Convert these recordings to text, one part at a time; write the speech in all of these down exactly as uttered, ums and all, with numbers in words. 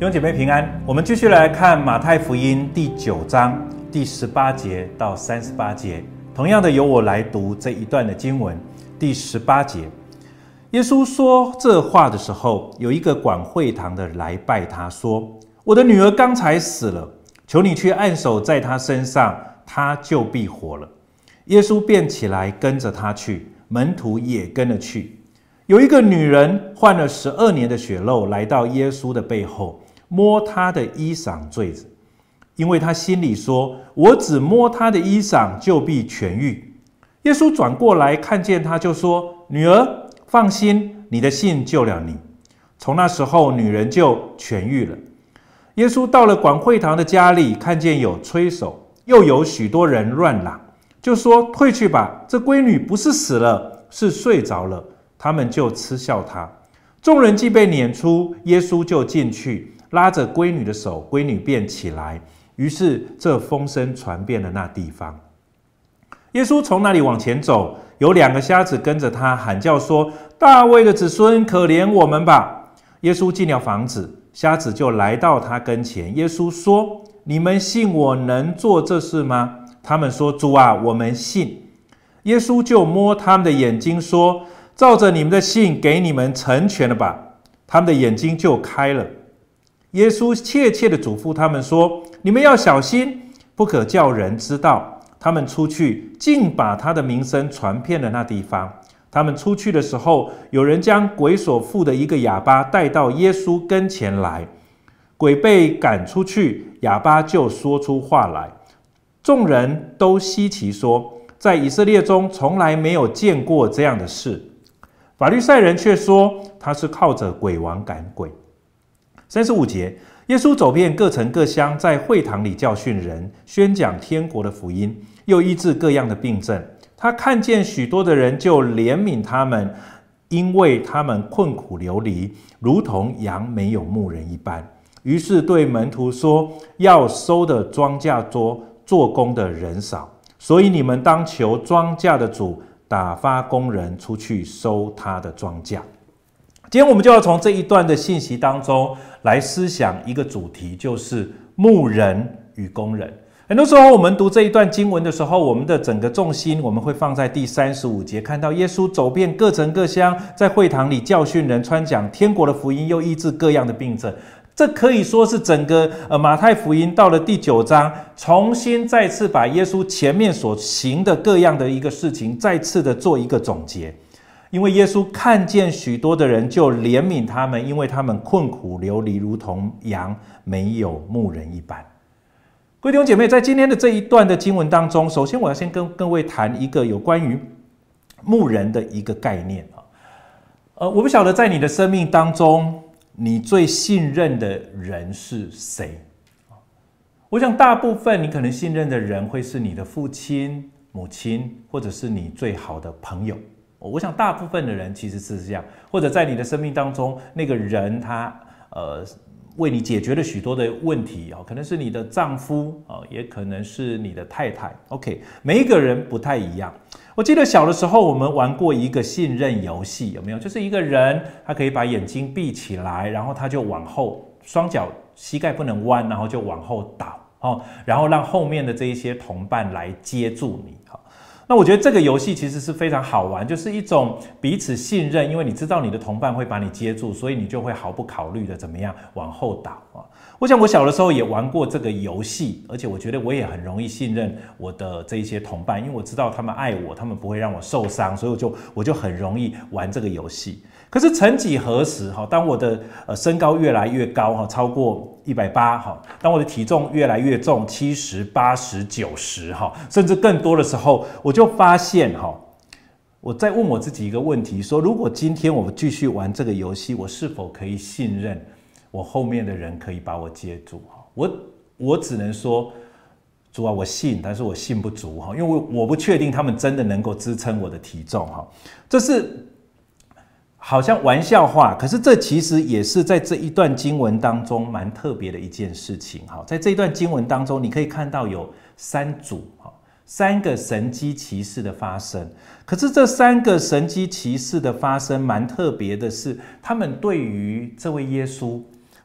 弟兄姐妹平安，我们继续来看马太福音第九章第十八节到三十八节。同样的，由我来读这一段的经文。第十八节，耶稣说这话的时候，有一个管会堂的来拜他，说：“我的女儿刚才死了，求你去按手在她身上，她就必活了。”耶稣便起来跟着他去，门徒也跟了去。有一个女人患了十二年的血漏，来到耶稣的背后，摸他的衣裳坠子，因为他心里说：“我只摸他的衣裳，就必痊愈。”耶稣转过来看见他，就说：“女儿，放心，你的信救了你。”从那时候，女人就痊愈了。耶稣到了管会堂的家里，看见有吹手，又有许多人乱嚷，就说：“退去吧，这闺女不是死了，是睡着了。”他们就嗤笑他。众人既被撵出，耶稣就进去，拉着闺女的手，闺女便起来。于是这风声传遍了那地方。耶稣从那里往前走，有两个瞎子跟着他，喊叫说：“大卫的子孙，可怜我们吧！”耶稣进了房子，瞎子就来到他跟前。耶稣说：“你们信我能做这事吗？”他们说：“主啊，我们信。”耶稣就摸他们的眼睛说：“照着你们的信，给你们成全了吧。”他们的眼睛就开了。耶稣切切地嘱咐他们说：“你们要小心，不可叫人知道。”他们出去，竟把他的名声传遍了那地方。他们出去的时候，有人将鬼所附的一个哑巴带到耶稣跟前来。鬼被赶出去，哑巴就说出话来。众人都稀奇说，在以色列中从来没有见过这样的事。法利赛人却说，他是靠着鬼王赶鬼。三十五节，耶稣走遍各城各乡，在会堂里教训人，宣讲天国的福音，又医治各样的病症。他看见许多的人，就怜悯他们，因为他们困苦流离，如同羊没有牧人一般。于是对门徒说：“要收的庄稼多，做工的人少，所以你们当求庄稼的主打发工人出去收他的庄稼。”今天我们就要从这一段的信息当中来思想一个主题，就是牧人与工人。很多时候我们读这一段经文的时候，我们的整个重心我们会放在第三十五节，看到耶稣走遍各城各乡，在会堂里教训人，传讲天国的福音，又医治各样的病症。这可以说是整个呃马太福音到了第九章，重新再次把耶稣前面所行的各样的一个事情，再次的做一个总结。因为耶稣看见许多的人，就怜悯他们，因为他们困苦流离，如同羊没有牧人一般。各位弟兄姐妹，在今天的这一段的经文当中，首先我要先跟各位谈一个有关于牧人的一个概念。呃，我不晓得在你的生命当中，你最信任的人是谁？我想大部分你可能信任的人会是你的父亲、母亲，或者是你最好的朋友。我想大部分的人其实是这样，或者在你的生命当中，那个人他呃为你解决了许多的问题，可能是你的丈夫，也可能是你的太太。OK， 每一个人不太一样。我记得小的时候我们玩过一个信任游戏，有没有？就是一个人他可以把眼睛闭起来，然后他就往后，双脚膝盖不能弯，然后就往后倒，然后让后面的这一些同伴来接住你。那我觉得这个游戏其实是非常好玩，就是一种彼此信任，因为你知道你的同伴会把你接住，所以你就会毫不考虑的怎么样往后倒啊。我想我小的时候也玩过这个游戏，而且我觉得我也很容易信任我的这一些同伴，因为我知道他们爱我，他们不会让我受伤，所以我就我就很容易玩这个游戏。可是曾几何时，当我的身高越来越高，超过一百八十，当我的体重越来越重，七十、八十、九十，甚至更多的时候，我就发现，我在问我自己一个问题，说如果今天我们继续玩这个游戏，我是否可以信任我后面的人可以把我接住？我我只能说，主啊，我信，但是我信不足，因为我不确定他们真的能够支撑我的体重。这是好像玩笑话，可是这其实也是在这一段经文当中蛮特别的一件事情。在这一段经文当中，你可以看到有三组三个神迹奇事的发生。可是这三个神迹奇事的发生蛮特别的是，他们对于这位耶稣，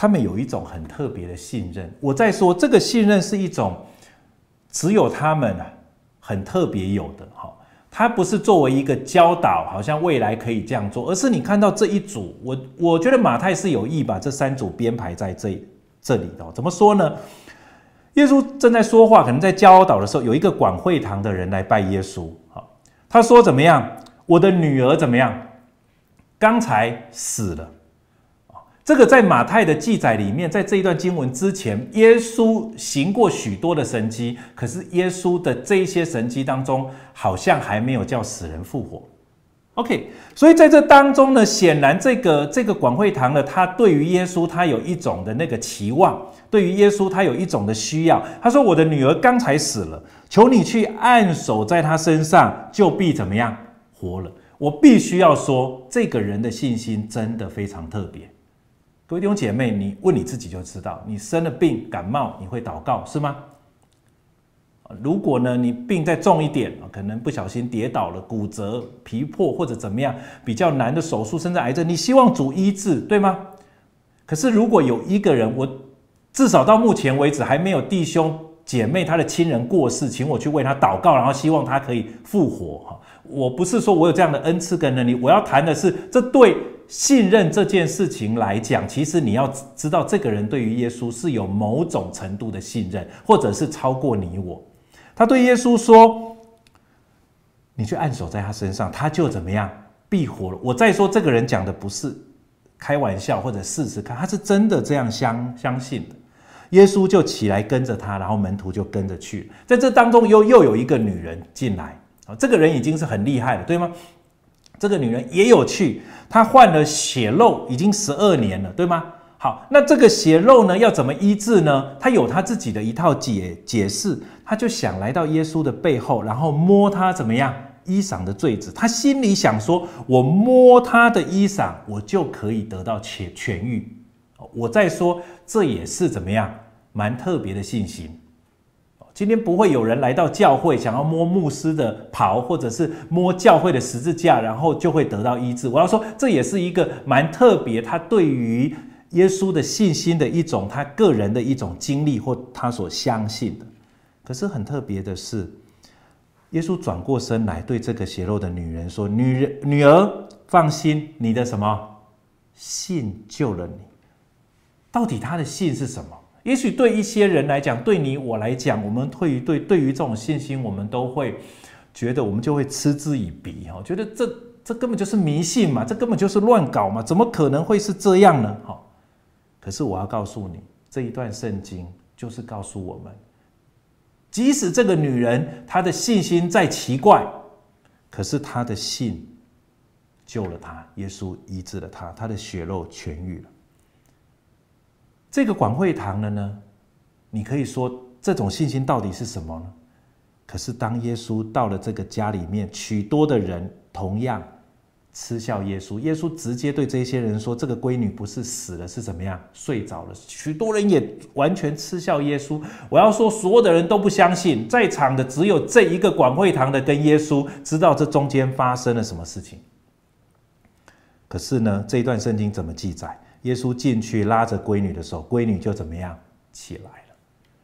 他们有一种很特别的信任。我在说这个信任是一种只有他们很特别有的，它不是作为一个教导，好像未来可以这样做，而是你看到这一组，我我觉得马太是有意把这三组编排在这这里的。怎么说呢？耶稣正在说话，可能在教导的时候，有一个管会堂的人来拜耶稣。他说怎么样？我的女儿怎么样？刚才死了。这个在马太的记载里面，在这一段经文之前，耶稣行过许多的神迹，可是耶稣的这一些神迹当中，好像还没有叫死人复活。OK， 所以在这当中呢，显然这个这个管会堂呢，他对于耶稣他有一种的那个期望，对于耶稣他有一种的需要。他说：“我的女儿刚才死了，求你去按手在她身上，就必怎么样活了。”我必须要说，这个人的信心真的非常特别。各位弟兄姐妹，你问你自己就知道，你生了病感冒，你会祷告是吗？如果呢你病再重一点，可能不小心跌倒了，骨折、皮破或者怎么样比较难的手术，甚至癌症，你希望主医治，对吗？可是如果有一个人，我至少到目前为止还没有弟兄姐妹他的亲人过世，请我去为他祷告，然后希望他可以复活。我不是说我有这样的恩赐跟能力，我要谈的是，这对信任这件事情来讲，其实你要知道，这个人对于耶稣是有某种程度的信任，或者是超过你我。他对耶稣说：“你去按手在他身上，他就怎么样必活了。”我再说，这个人讲的不是开玩笑或者试试看，他是真的这样相相信的。耶稣就起来跟着他，然后门徒就跟着去。在这当中又又有一个女人进来，这个人已经是很厉害了，对吗？这个女人也有去，她患了血漏已经十二年了，对吗？好，那这个血漏呢，要怎么医治呢？她有她自己的一套解解释，她就想来到耶稣的背后，然后摸他怎么样衣裳的坠子。她心里想说：我摸他的衣裳，我就可以得到痊痊愈。我再说，这也是怎么样蛮特别的信心。今天不会有人来到教会想要摸牧师的袍，或者是摸教会的十字架，然后就会得到医治。我要说，这也是一个蛮特别，他对于耶稣的信心的一种，他个人的一种经历或他所相信的。可是很特别的是，耶稣转过身来对这个血漏的女人说：“女人，女儿，放心，你的什么信救了你。”到底他的信是什么？也许对一些人来讲，对你我来讲，我们对于对对于这种信心，我们都会觉得，我们就会嗤之以鼻，觉得这这根本就是迷信嘛，这根本就是乱搞嘛，怎么可能会是这样呢？可是我要告诉你，这一段圣经就是告诉我们，即使这个女人她的信心再奇怪，可是她的信救了她，耶稣医治了她，她的血肉痊愈了。这个管会堂的呢，你可以说这种信心到底是什么呢？可是当耶稣到了这个家里面，许多的人同样嗤笑耶稣。耶稣直接对这些人说：“这个闺女不是死了，是怎么样睡着了。”许多人也完全嗤笑耶稣。我要说，所有的人都不相信，在场的只有这一个管会堂的跟耶稣知道这中间发生了什么事情。可是呢，这一段圣经怎么记载？耶稣进去拉着闺女的手，闺女就怎么样起来了。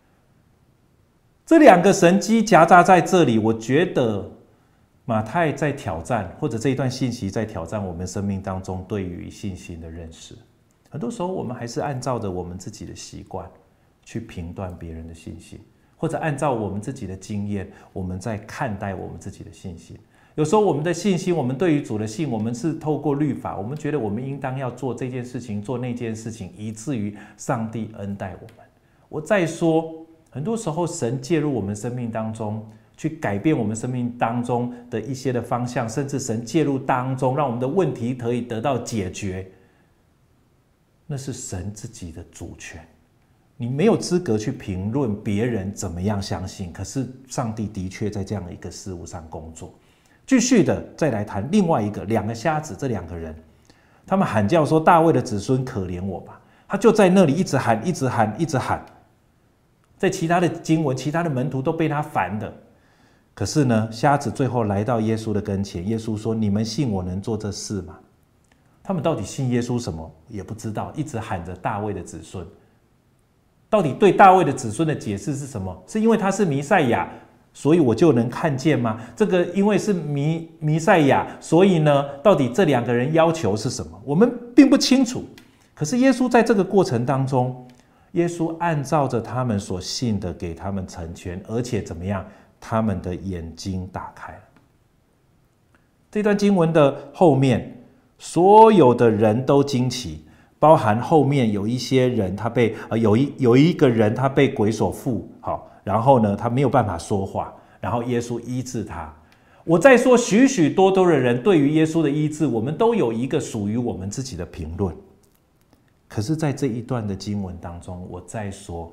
这两个神迹夹杂在这里，我觉得马太在挑战，或者这一段信息在挑战我们生命当中对于信心的认识。很多时候我们还是按照着我们自己的习惯去评断别人的信心，或者按照我们自己的经验，我们在看待我们自己的信心。有时候我们的信心，我们对于主的信，我们是透过律法，我们觉得我们应当要做这件事情，做那件事情，以至于上帝恩待我们。我再说，很多时候神介入我们生命当中，去改变我们生命当中的一些的方向，甚至神介入当中，让我们的问题可以得到解决，那是神自己的主权。你没有资格去评论别人怎么样相信，可是上帝的确在这样的一个事物上工作。继续的再来谈另外一个两个瞎子，这两个人，他们喊叫说：“大卫的子孙，可怜我吧！”他就在那里一直喊，一直喊，一直喊。在其他的经文，其他的门徒都被他烦的。可是呢，瞎子最后来到耶稣的跟前，耶稣说：“你们信我能做这事吗？” 他们到底信耶稣什么也不知道，一直喊着大卫的子孙。到底对大卫的子孙的解释是什么？是因为他是弥赛亚，所以我就能看见吗？这个因为是弥弥赛亚，所以呢，到底这两个人要求是什么？我们并不清楚。可是耶稣在这个过程当中，耶稣按照着他们所信的给他们成全，而且怎么样？他们的眼睛打开了。这段经文的后面，所有的人都惊奇。包含后面有一些人，他被呃有一有一个人他被鬼所附，好，然后呢他没有办法说话，然后耶稣医治他。我再说许许多多的人对于耶稣的医治，我们都有一个属于我们自己的评论。可是，在这一段的经文当中，我再说，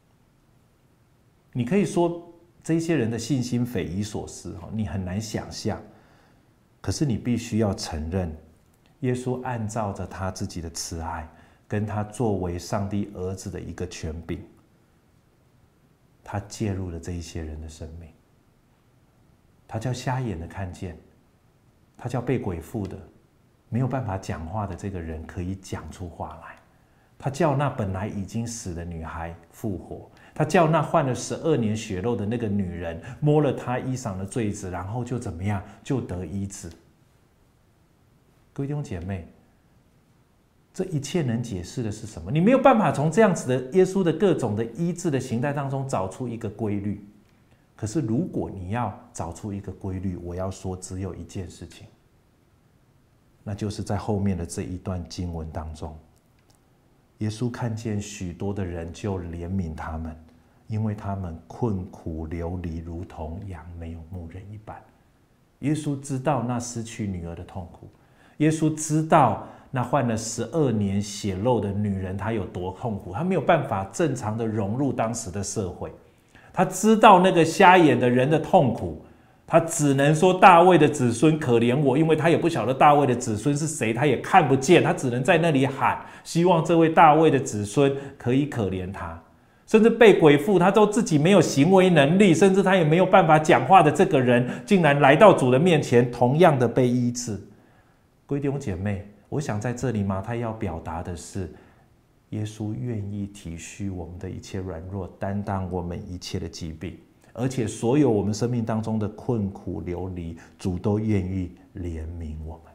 你可以说这些人的信心匪夷所思，你很难想象。可是你必须要承认。耶稣按照着他自己的慈爱，跟他作为上帝儿子的一个权柄，他介入了这一些人的生命。他叫瞎眼的看见，他叫被鬼附的没有办法讲话的这个人可以讲出话来，他叫那本来已经死的女孩复活，他叫那患了十二年血漏的那个女人摸了他衣裳的坠子，然后就怎么样，就得医治。各位弟兄姐妹，这一切能解释的是什么？你没有办法从这样子的耶稣的各种的医治的形态当中找出一个规律。可是如果你要找出一个规律，我要说只有一件事情，那就是在后面的这一段经文当中，耶稣看见许多的人就怜悯他们，因为他们困苦流离，如同羊没有牧人一般。耶稣知道那失去女儿的痛苦，耶稣知道那患了十二年血漏的女人她有多痛苦，她没有办法正常的融入当时的社会。他知道那个瞎眼的人的痛苦，他只能说大卫的子孙可怜我，因为他也不晓得大卫的子孙是谁，他也看不见，他只能在那里喊，希望这位大卫的子孙可以可怜他。甚至被鬼附，他都自己没有行为能力，甚至他也没有办法讲话的这个人，竟然来到主的面前，同样的被医治。各位弟兄姐妹，我想在这里马太要表达的是，耶稣愿意体恤我们的一切软弱，担当我们一切的疾病，而且所有我们生命当中的困苦流离，主都愿意怜悯我们。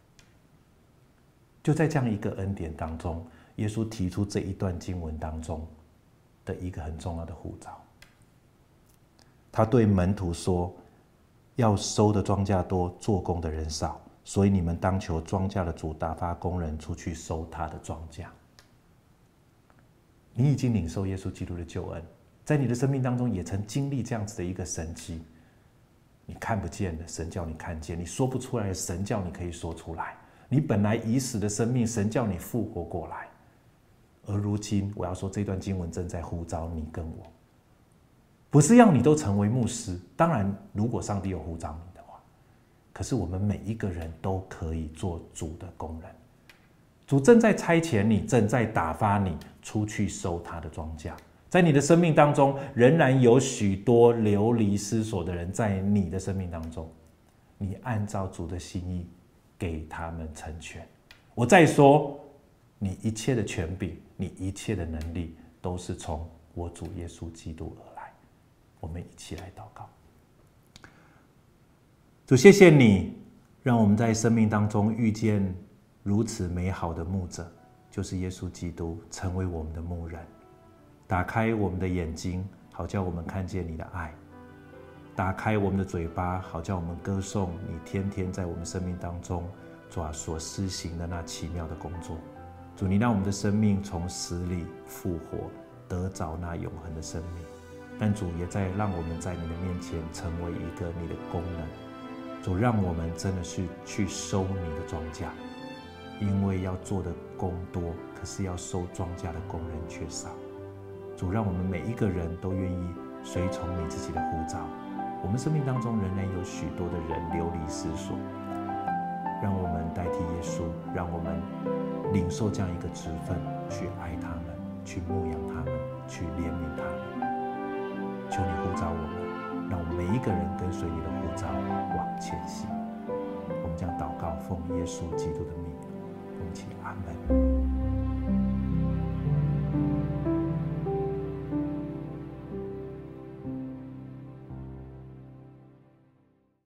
就在这样一个恩典当中，耶稣提出这一段经文当中的一个很重要的呼召。他对门徒说，要收的庄稼多，做工的人少，所以你们当求庄稼的主打发工人出去收他的庄稼。你已经领受耶稣基督的救恩，在你的生命当中也曾经历这样子的一个神迹，你看不见的，神叫你看见；你说不出来的，神叫你可以说出来。你本来已死的生命，神叫你复活过来。而如今，我要说这段经文正在呼召你跟我，不是要你都成为牧师。当然，如果上帝有呼召你的话，可是我们每一个人都可以做主的工人。主正在差遣你，正在打发你出去收他的庄稼。在你的生命当中，仍然有许多流离失所的人，在你的生命当中，你按照主的心意给他们成全。我再说，你一切的权柄，你一切的能力，都是从我主耶稣基督而来。我们一起来祷告。主，谢谢你，让我们在生命当中遇见如此美好的牧者，就是耶稣基督，成为我们的牧人，打开我们的眼睛，好叫我们看见你的爱；打开我们的嘴巴，好叫我们歌颂你天天在我们生命当中主啊所施行的那奇妙的工作。主，你让我们的生命从死里复活，得着那永恒的生命。但主也在让我们在你的面前成为一个你的工人。主，让我们真的是去收你的庄稼，因为要做的工多，可是要收庄稼的工人却少。主，让我们每一个人都愿意随从你自己的呼召。我们生命当中仍然有许多的人流离失所，让我们代替耶稣，让我们领受这样一个职分，去爱他们，去牧养他们，去怜悯他们。求你呼召我们，让我们每一个人跟随你的呼召往前行。我们将祷告，奉耶稣基督的名。